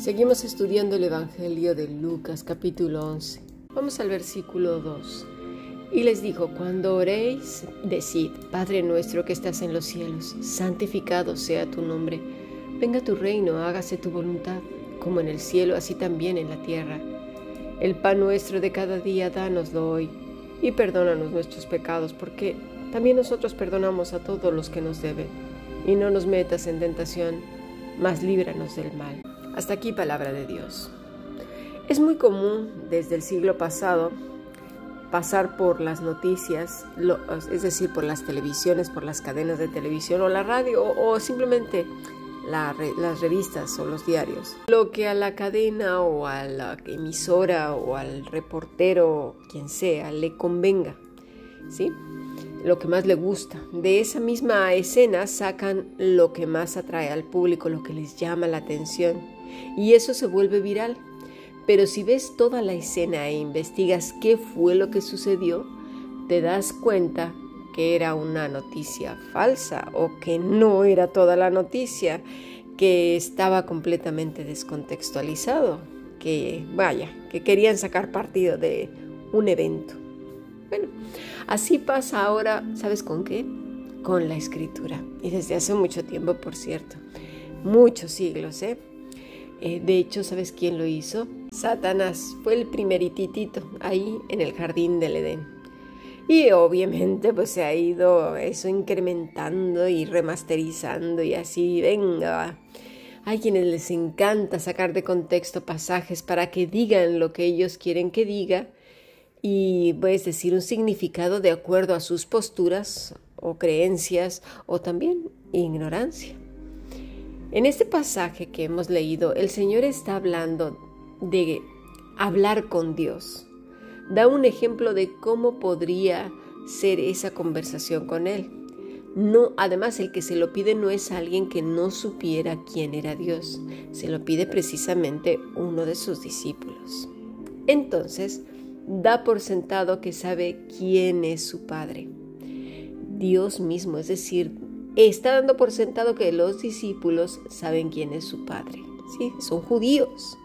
Seguimos estudiando el Evangelio de Lucas, capítulo 11. Vamos al versículo 2. Y les dijo: cuando oréis, decid: Padre nuestro que estás en los cielos, santificado sea tu nombre. Venga tu reino, hágase tu voluntad, como en el cielo, así también en la tierra. El pan nuestro de cada día, dánoslo hoy, y perdónanos nuestros pecados, porque también nosotros perdonamos a todos los que nos deben. Y no nos metas en tentación, mas líbranos del mal. Hasta aquí palabra de Dios. Es muy común desde el siglo pasado pasar por las noticias, es decir, por las televisiones, por las cadenas de televisión o la radio o simplemente las revistas o los diarios. Lo que a la cadena o a la emisora o al reportero, quien sea, le convenga, ¿sí? Lo que más le gusta. De esa misma escena sacan lo que más atrae al público, lo que les llama la atención, y eso se vuelve viral. Pero si ves toda la escena e investigas qué fue lo que sucedió, te das cuenta que era una noticia falsa o que no era toda la noticia, que estaba completamente descontextualizado, que querían sacar partido de un evento. Bueno, así pasa ahora, ¿sabes con qué? Con la Escritura. Y desde hace mucho tiempo, por cierto. Muchos siglos, De hecho, ¿sabes quién lo hizo? Satanás. Fue el primerititito ahí en el jardín del Edén. Y obviamente pues se ha ido eso incrementando y remasterizando y así, venga. Hay quienes les encanta sacar de contexto pasajes para que digan lo que ellos quieren que diga y pues decir un significado de acuerdo a sus posturas o creencias o también ignorancia. En este pasaje que hemos leído, el Señor está hablando de hablar con Dios. Da un ejemplo de cómo podría ser esa conversación con Él. No, además, el que se lo pide no es alguien que no supiera quién era Dios. Se lo pide precisamente uno de sus discípulos. Entonces, da por sentado que sabe quién es su Padre. Dios mismo, es decir, está dando por sentado que los discípulos saben quién es su Padre. Sí, son judíos.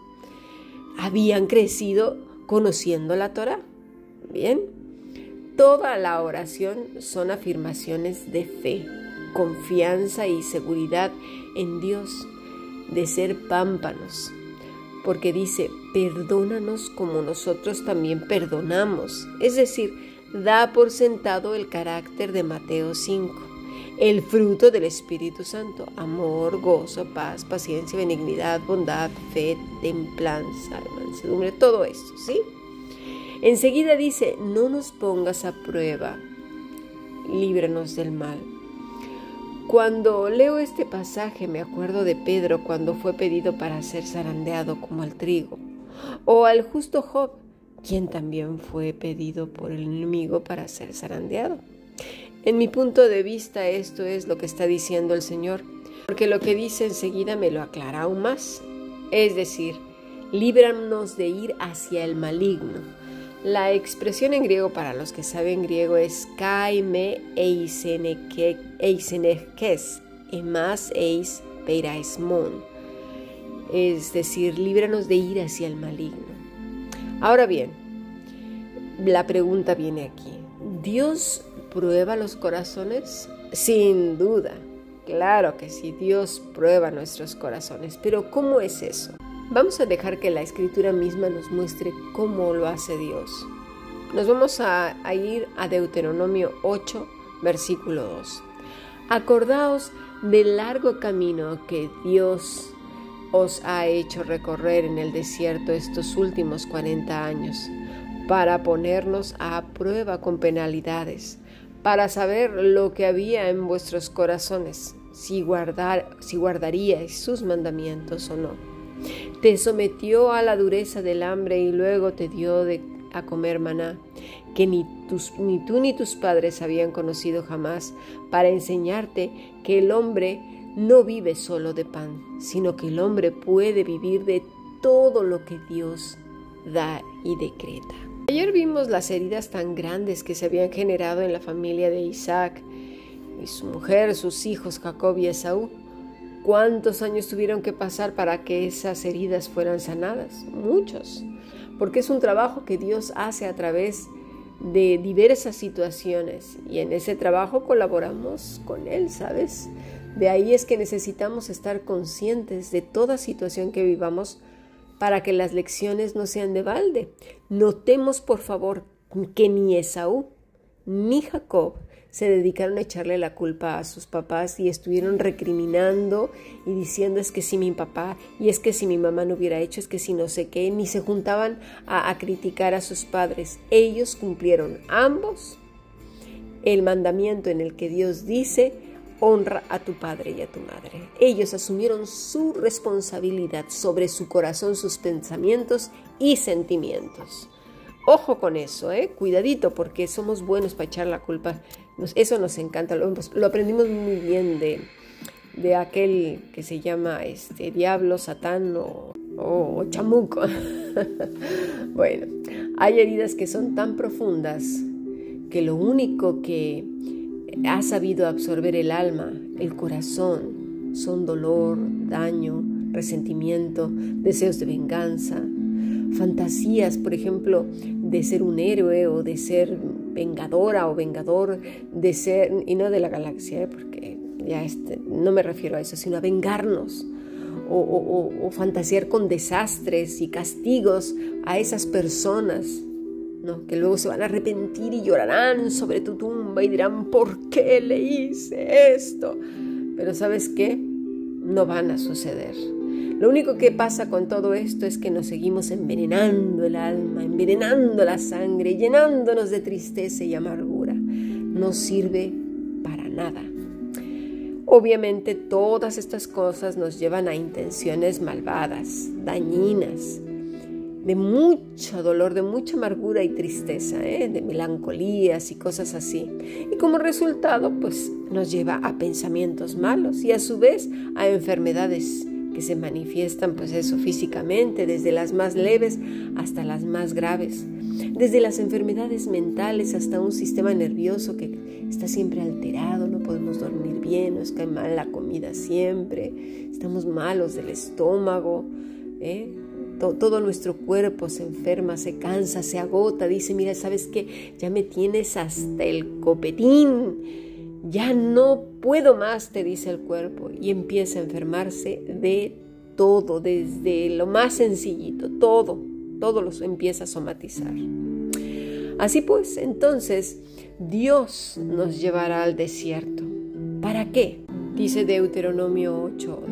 Habían crecido conociendo la Torá. Bien, toda la oración son afirmaciones de fe, confianza y seguridad en Dios, de ser pámpanos. Porque dice: perdónanos como nosotros también perdonamos. Es decir, da por sentado el carácter de Mateo 5. El fruto del Espíritu Santo: amor, gozo, paz, paciencia, benignidad, bondad, fe, templanza, mansedumbre, todo esto, ¿sí? Enseguida dice: no nos pongas a prueba, líbranos del mal. Cuando leo este pasaje me acuerdo de Pedro cuando fue pedido para ser zarandeado como al trigo, o al justo Job, quien también fue pedido por el enemigo para ser zarandeado. En mi punto de vista, esto es lo que está diciendo el Señor, porque lo que dice enseguida me lo aclara aún más. Es decir, líbranos de ir hacia el maligno. La expresión en griego, para los que saben griego, es kai me eisenekes, emas eis peiraismon. Es decir, líbranos de ir hacia el maligno. Ahora bien, la pregunta viene aquí. ¿Dios prueba los corazones? Sin duda, claro que sí, Dios prueba nuestros corazones, pero ¿cómo es eso? Vamos a dejar que la Escritura misma nos muestre cómo lo hace Dios. Nos vamos a ir a Deuteronomio 8, versículo 2. Acordaos del largo camino que Dios os ha hecho recorrer en el desierto estos últimos 40 años, para ponernos a prueba con penalidades, para saber lo que había en vuestros corazones, si guardaríais sus mandamientos o no. Te sometió a la dureza del hambre y luego te dio a comer maná, que ni tú ni tus padres habían conocido jamás, para enseñarte que el hombre no vive solo de pan, sino que el hombre puede vivir de todo lo que Dios da y decreta. Ayer vimos las heridas tan grandes que se habían generado en la familia de Isaac y su mujer, sus hijos Jacob y Esaú. ¿Cuántos años tuvieron que pasar para que esas heridas fueran sanadas? Muchos, porque es un trabajo que Dios hace a través de diversas situaciones y en ese trabajo colaboramos con Él, ¿sabes? De ahí es que necesitamos estar conscientes de toda situación que vivamos para que las lecciones no sean de balde. Notemos, por favor, que ni Esaú ni Jacob se dedicaron a echarle la culpa a sus papás y estuvieron recriminando y diciendo es que si mi papá y es que si mi mamá no hubiera hecho, es que si no sé qué, ni se juntaban a criticar a sus padres. Ellos cumplieron ambos el mandamiento en el que Dios dice honra a tu padre y a tu madre. Ellos asumieron su responsabilidad sobre su corazón, sus pensamientos y sentimientos. Ojo con eso, cuidadito, porque somos buenos para echar la culpa. Eso nos encanta, lo aprendimos muy bien de aquel que se llama Diablo, Satán o Chamuco. Bueno, hay heridas que son tan profundas que lo único que ha sabido absorber el alma, el corazón, son dolor, daño, resentimiento, deseos de venganza, fantasías, por ejemplo, de ser un héroe o de ser vengadora o vengador, de ser, y no de la galaxia, porque ya no me refiero a eso, sino a vengarnos o fantasear con desastres y castigos a esas personas, ¿no? Que luego se van a arrepentir y llorarán sobre tu tumba y dirán, ¿por qué le hice esto? Pero ¿sabes qué? No van a suceder. Lo único que pasa con todo esto es que nos seguimos envenenando el alma, envenenando la sangre, llenándonos de tristeza y amargura. No sirve para nada. Obviamente todas estas cosas nos llevan a intenciones malvadas, dañinas, de mucho dolor, de mucha amargura y tristeza, de melancolías y cosas así. Y como resultado, pues nos lleva a pensamientos malos y a su vez a enfermedades que se manifiestan, pues eso, físicamente, desde las más leves hasta las más graves, desde las enfermedades mentales hasta un sistema nervioso que está siempre alterado, no podemos dormir bien, nos cae mal la comida siempre, estamos malos del estómago, todo nuestro cuerpo se enferma, se cansa, se agota, dice, mira, ¿sabes qué? Ya me tienes hasta el copetín, ya no puedo más, te dice el cuerpo, y empieza a enfermarse de todo, desde lo más sencillito, todo lo empieza a somatizar. Así pues, entonces, Dios nos llevará al desierto. ¿Para qué? Dice Deuteronomio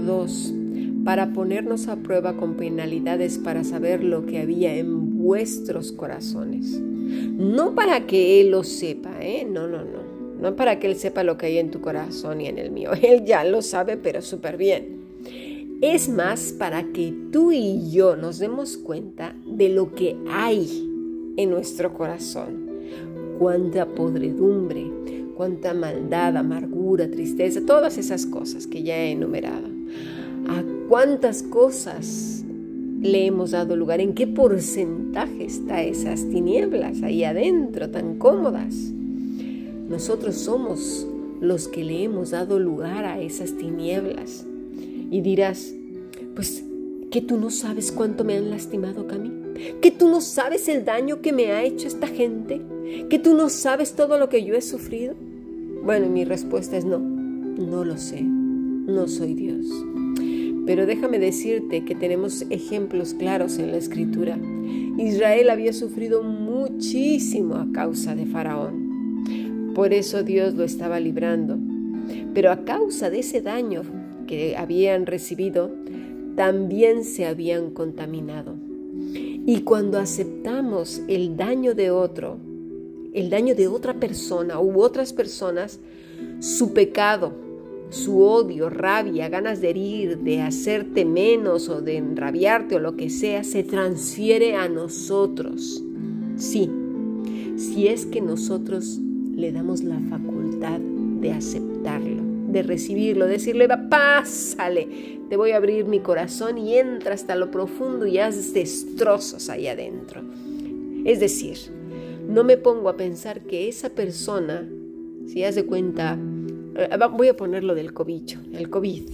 8:2, para ponernos a prueba con penalidades para saber lo que había en vuestros corazones. No para que Él lo sepa, no para que Él sepa lo que hay en tu corazón y en el mío. Él ya lo sabe, pero súper bien. Es más para que tú y yo nos demos cuenta de lo que hay en nuestro corazón. Cuánta podredumbre, cuánta maldad, amargura, tristeza, todas esas cosas que ya he enumerado. ¿A cuántas cosas le hemos dado lugar? ¿En qué porcentaje está esas tinieblas ahí adentro tan cómodas? Nosotros somos los que le hemos dado lugar a esas tinieblas. Y dirás, pues, ¿que tú no sabes cuánto me han lastimado, Cami? ¿Que tú no sabes el daño que me ha hecho esta gente? ¿Que tú no sabes todo lo que yo he sufrido? Bueno, mi respuesta es no lo sé, no soy Dios. Pero déjame decirte que tenemos ejemplos claros en la Escritura. Israel había sufrido muchísimo a causa de Faraón. Por eso Dios lo estaba librando. Pero a causa de ese daño que habían recibido, también se habían contaminado. Y cuando aceptamos el daño de otro, el daño de otra persona u otras personas, su pecado, su odio, rabia, ganas de herir, de hacerte menos o de enrabiarte o lo que sea, se transfiere a nosotros. Sí, si es que nosotros le damos la facultad de aceptarlo, de recibirlo, de decirle, pásale, te voy a abrir mi corazón y entra hasta lo profundo y haz destrozos ahí adentro. Es decir, no me pongo a pensar que esa persona, si haz de cuenta, voy a ponerlo del cobicho, el COVID,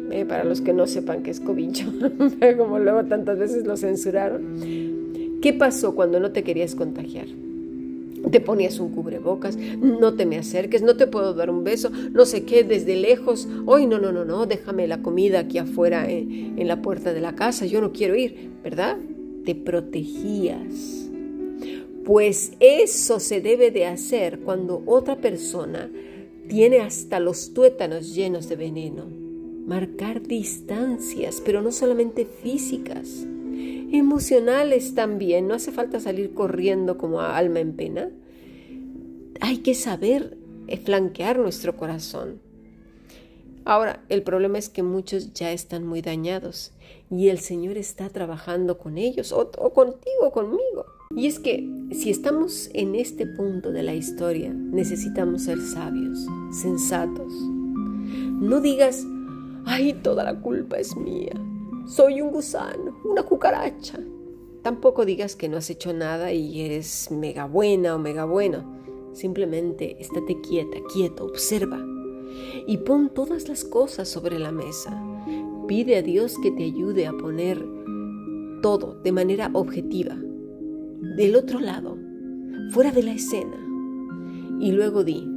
para los que no sepan qué es cobicho, como luego tantas veces lo censuraron. ¿Qué pasó cuando no te querías contagiar? Te ponías un cubrebocas, no te me acerques, no te puedo dar un beso, no sé qué, desde lejos. Hoy no, déjame la comida aquí afuera en la puerta de la casa, yo no quiero ir, ¿verdad? Te protegías. Pues eso se debe de hacer cuando otra persona tiene hasta los tuétanos llenos de veneno. Marcar distancias, pero no solamente físicas, emocionales también. No hace falta salir corriendo como alma en pena. Hay que saber flanquear nuestro corazón. Ahora, el problema es que muchos ya están muy dañados y el Señor está trabajando con ellos o contigo, conmigo. Y es que si estamos en este punto de la historia, necesitamos ser sabios, sensatos. No digas, ay, toda la culpa es mía. Soy un gusano, una cucaracha. Tampoco digas que no has hecho nada y eres mega buena o mega bueno. Simplemente estate quieta, quieto, observa y pon todas las cosas sobre la mesa. Pide a Dios que te ayude a poner todo de manera objetiva, del otro lado, fuera de la escena. Y luego di,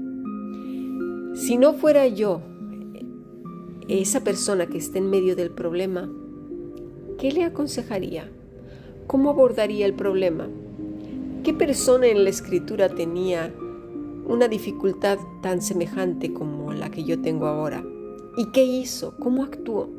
si no fuera yo esa persona que está en medio del problema, ¿qué le aconsejaría? ¿Cómo abordaría el problema? ¿Qué persona en la Escritura tenía una dificultad tan semejante como la que yo tengo ahora? ¿Y qué hizo? ¿Cómo actuó?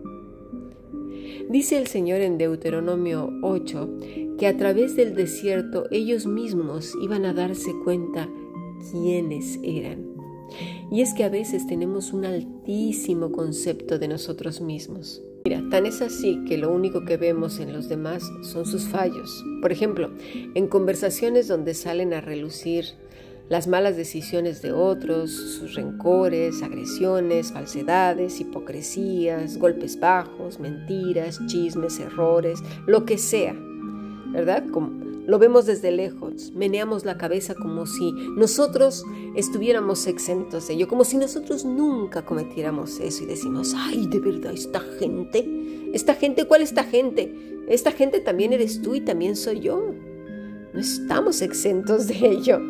Dice el Señor en Deuteronomio 8 que a través del desierto ellos mismos iban a darse cuenta quiénes eran. Y es que a veces tenemos un altísimo concepto de nosotros mismos. Mira, tan es así que lo único que vemos en los demás son sus fallos. Por ejemplo, en conversaciones donde salen a relucir las malas decisiones de otros, sus rencores, agresiones, falsedades, hipocresías, golpes bajos, mentiras, chismes, errores, lo que sea, ¿verdad? Lo vemos desde lejos, meneamos la cabeza como si nosotros estuviéramos exentos de ello, como si nosotros nunca cometiéramos eso y decimos, ay, de verdad, esta gente, ¿cuál esta gente? Esta gente también eres tú y también soy yo. No estamos exentos de ello,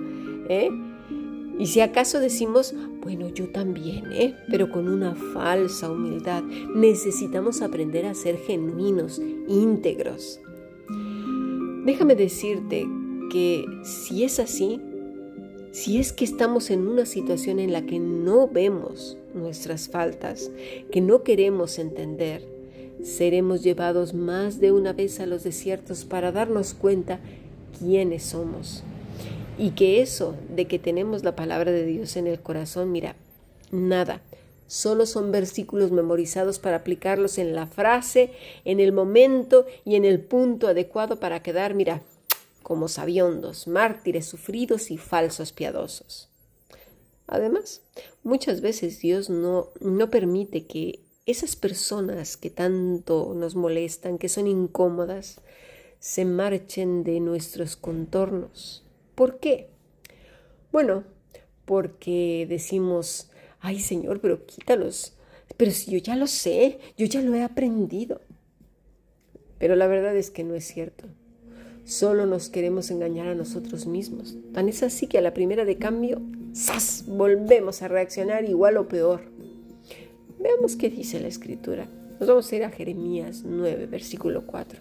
Y si acaso decimos, bueno, yo también, pero con una falsa humildad, necesitamos aprender a ser genuinos, íntegros. Déjame decirte que si es así, si es que estamos en una situación en la que no vemos nuestras faltas, que no queremos entender, seremos llevados más de una vez a los desiertos para darnos cuenta quiénes somos. Y que eso de que tenemos la palabra de Dios en el corazón, mira, nada. Solo son versículos memorizados para aplicarlos en la frase, en el momento y en el punto adecuado para quedar, mira, como sabiondos, mártires sufridos y falsos piadosos. Además, muchas veces Dios no permite que esas personas que tanto nos molestan, que son incómodas, se marchen de nuestros contornos. ¿Por qué? Bueno, porque decimos, ay, Señor, pero quítalos. Pero si yo ya lo sé, yo ya lo he aprendido. Pero la verdad es que no es cierto. Solo nos queremos engañar a nosotros mismos. Tan es así que a la primera de cambio, ¡zas!, volvemos a reaccionar igual o peor. Veamos qué dice la Escritura. Nos vamos a ir a Jeremías 9, versículo 4.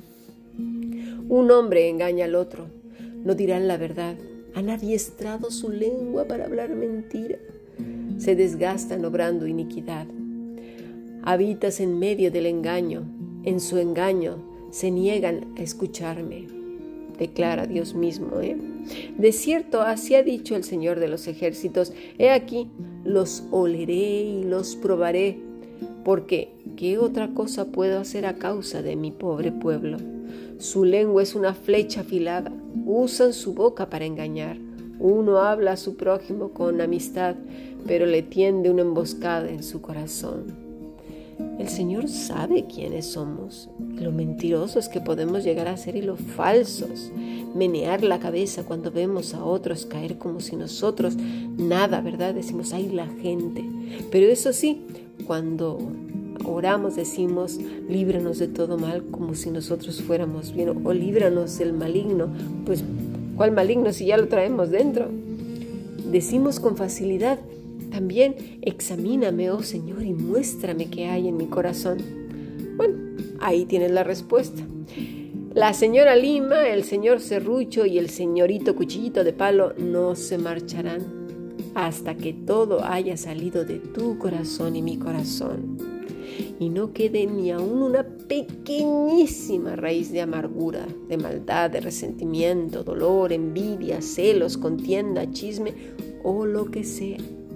Un hombre engaña al otro. No dirán la verdad. Han adiestrado su lengua para hablar mentira. Se desgastan obrando iniquidad. Habitas en medio del engaño. En su engaño se niegan a escucharme. Declara Dios mismo, De cierto, así ha dicho el Señor de los ejércitos. He aquí, los oleré y los probaré. Porque, ¿qué otra cosa puedo hacer a causa de mi pobre pueblo? Su lengua es una flecha afilada. Usan su boca para engañar. Uno habla a su prójimo con amistad, pero le tiende una emboscada en su corazón. El Señor sabe quiénes somos, lo mentirosos que podemos llegar a ser y lo falsos. Menear la cabeza cuando vemos a otros caer como si nosotros nada, ¿verdad? Decimos, ay, la gente. Pero eso sí, cuando oramos, decimos, líbranos de todo mal, como si nosotros fuéramos bien, o líbranos del maligno. Pues, ¿cuál maligno si ya lo traemos dentro? Decimos con facilidad también, examíname, oh Señor, y muéstrame qué hay en mi corazón. Bueno, ahí tienes la respuesta. La señora Lima, el señor Serrucho y el señorito Cuchillito de Palo no se marcharán hasta que todo haya salido de tu corazón y mi corazón, y no quede ni aún una pequeñísima raíz de amargura, de maldad, de resentimiento, dolor, envidia, celos, contienda, chisme o lo que sea.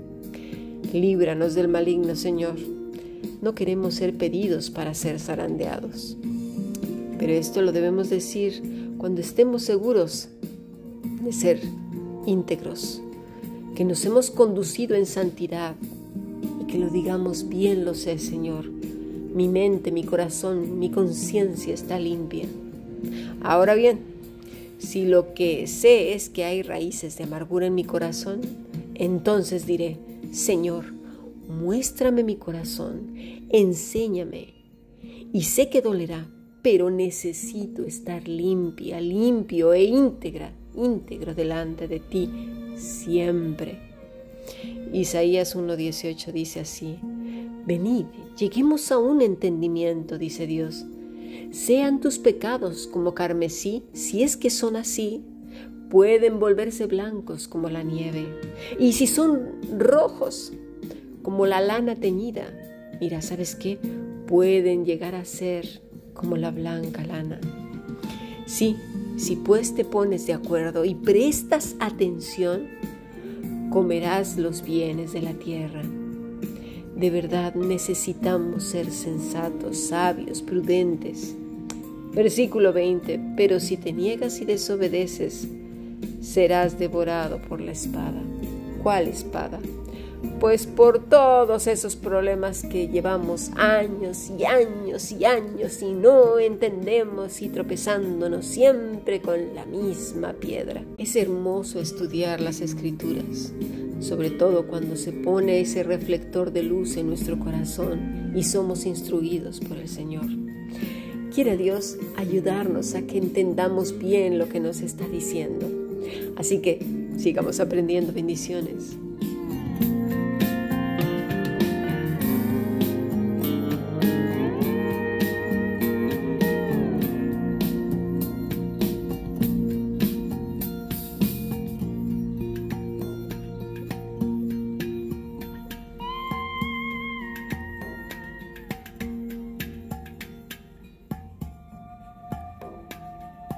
Líbranos del maligno, Señor. No queremos ser pedidos para ser zarandeados. Pero esto lo debemos decir cuando estemos seguros de ser íntegros, que nos hemos conducido en santidad y que lo digamos: bien lo sé, Señor. Mi mente, mi corazón, mi conciencia está limpia. Ahora bien, si lo que sé es que hay raíces de amargura en mi corazón, entonces diré: Señor, muéstrame mi corazón, enséñame. Y sé que dolerá, pero necesito estar limpia, limpio e íntegro delante de ti siempre. Isaías 1:18 dice así: venid, lleguemos a un entendimiento, dice Dios. Sean tus pecados como carmesí, si es que son así, pueden volverse blancos como la nieve. Y si son rojos como la lana teñida, mira, ¿sabes qué? Pueden llegar a ser como la blanca lana. Sí, si pues te pones de acuerdo y prestas atención, comerás los bienes de la tierra. De verdad necesitamos ser sensatos, sabios, prudentes. Versículo 20: pero si te niegas y desobedeces, serás devorado por la espada. ¿Cuál espada? Pues por todos esos problemas que llevamos años y años y años y no entendemos, y tropezándonos siempre con la misma piedra. Es hermoso estudiar las Escrituras, sobre todo cuando se pone ese reflector de luz en nuestro corazón y somos instruidos por el Señor. Quiere Dios ayudarnos a que entendamos bien lo que nos está diciendo. Así que sigamos aprendiendo. Bendiciones.